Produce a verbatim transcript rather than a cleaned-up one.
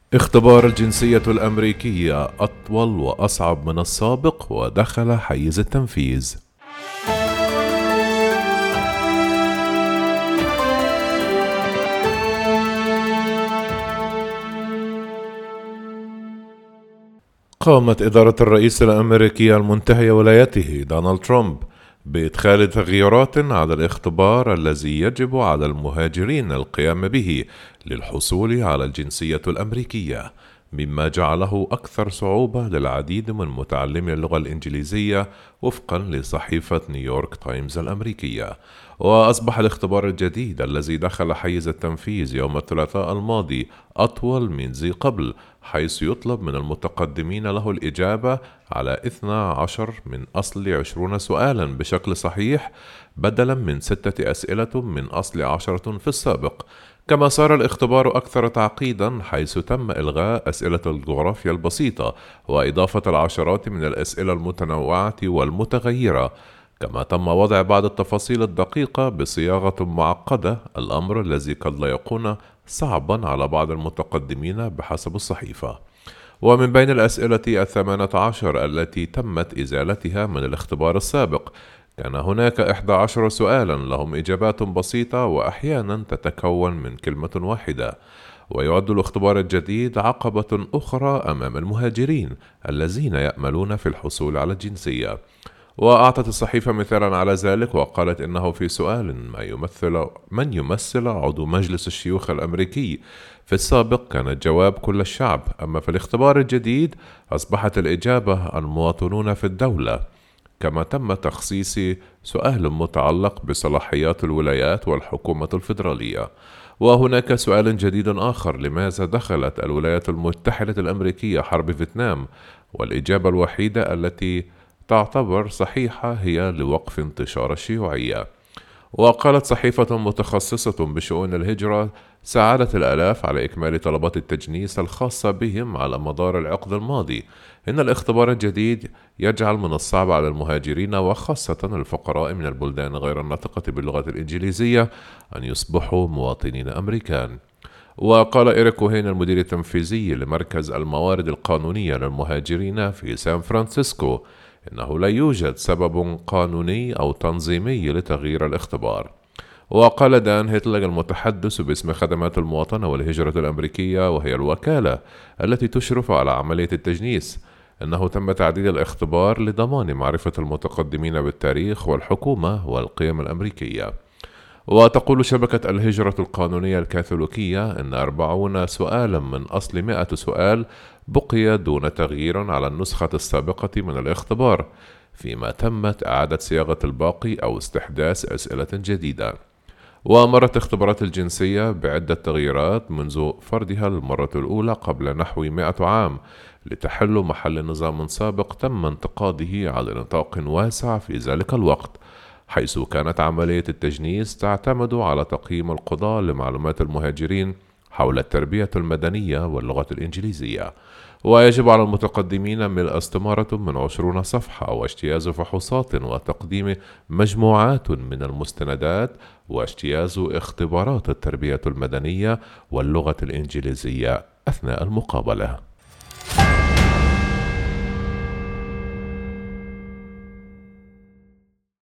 اختبار الجنسية الأمريكية أطول وأصعب من السابق ودخل حيز التنفيذ. قامت إدارة الرئيس الأمريكي المنتهي ولايته دونالد ترامب بإدخال تغييرات على الاختبار الذي يجب على المهاجرين القيام به للحصول على الجنسية الأمريكية، مما جعله أكثر صعوبة للعديد من متعلمي اللغة الإنجليزية وفقًا لصحيفة نيويورك تايمز الأمريكية. وأصبح الاختبار الجديد الذي دخل حيز التنفيذ يوم الثلاثاء الماضي أطول من ذي قبل، حيث يطلب من المتقدمين له الإجابة على اثني عشر من أصل عشرين سؤالًا بشكل صحيح، بدلاً من ستة أسئلة من أصل عشرة في السابق. كما صار الاختبار أكثر تعقيدًا، حيث تم إلغاء أسئلة الجغرافيا البسيطة وإضافة العشرات من الأسئلة المتنوعة والمتغيرة. كما تم وضع بعض التفاصيل الدقيقة بصياغة معقدة، الأمر الذي قد لا يكون صعبًا على بعض المتقدمين بحسب الصحيفة. ومن بين الأسئلة الثامنة عشر التي تمت إزالتها من الاختبار السابق، كان هناك إحدى عشر سؤالا لهم إجابات بسيطة وأحيانا تتكون من كلمة واحدة. ويعد الاختبار الجديد عقبة أخرى أمام المهاجرين الذين يأملون في الحصول على الجنسية. وأعطت الصحيفة مثالا على ذلك، وقالت إنه في سؤال ما يمثل من يمثل عضو مجلس الشيوخ الأمريكي، في السابق كان الجواب كل الشعب، أما في الاختبار الجديد أصبحت الإجابة المواطنون في الدولة. كما تم تخصيص سؤال متعلق بصلاحيات الولايات والحكومة الفيدرالية. وهناك سؤال جديد آخر: لماذا دخلت الولايات المتحدة الأمريكية حرب فيتنام؟ والإجابة الوحيدة التي تعتبر صحيحة هي لوقف انتشار الشيوعية. وقالت صحيفة متخصصة بشؤون الهجرة ساعدت الآلاف على إكمال طلبات التجنيس الخاصة بهم على مدار العقد الماضي. إن الاختبار الجديد يجعل من الصعب على المهاجرين وخاصة الفقراء من البلدان غير الناطقة باللغة الإنجليزية أن يصبحوا مواطنين أمريكان. وقال إريك كوهين المدير التنفيذي لمركز الموارد القانونية للمهاجرين في سان فرانسيسكو إنه لا يوجد سبب قانوني أو تنظيمي لتغيير الاختبار. وقال دان هيتلغ المتحدث باسم خدمات المواطنة والهجرة الأمريكية، وهي الوكالة التي تشرف على عملية التجنيس، إنه تم تعديل الاختبار لضمان معرفة المتقدمين بالتاريخ والحكومة والقيم الأمريكية. وتقول شبكة الهجرة القانونية الكاثوليكية إن أربعون سؤالا من أصل مئة سؤال بقي دون تغيير على النسخة السابقة من الاختبار، فيما تمت إعادة صياغة الباقي أو استحداث أسئلة جديدة. ومرت اختبارات الجنسية بعدة تغييرات منذ فرضها المرة الأولى قبل نحو مئة عام لتحل محل نظام سابق تم انتقاده على نطاق واسع في ذلك الوقت، حيث كانت عملية التجنيس تعتمد على تقييم القضاء لمعلومات المهاجرين حول التربية المدنية واللغة الإنجليزية. ويجب على المتقدمين ملء استمارة من عشرين صفحة واجتياز فحوصات وتقديم مجموعات من المستندات واجتياز اختبارات التربية المدنية واللغة الإنجليزية أثناء المقابلة.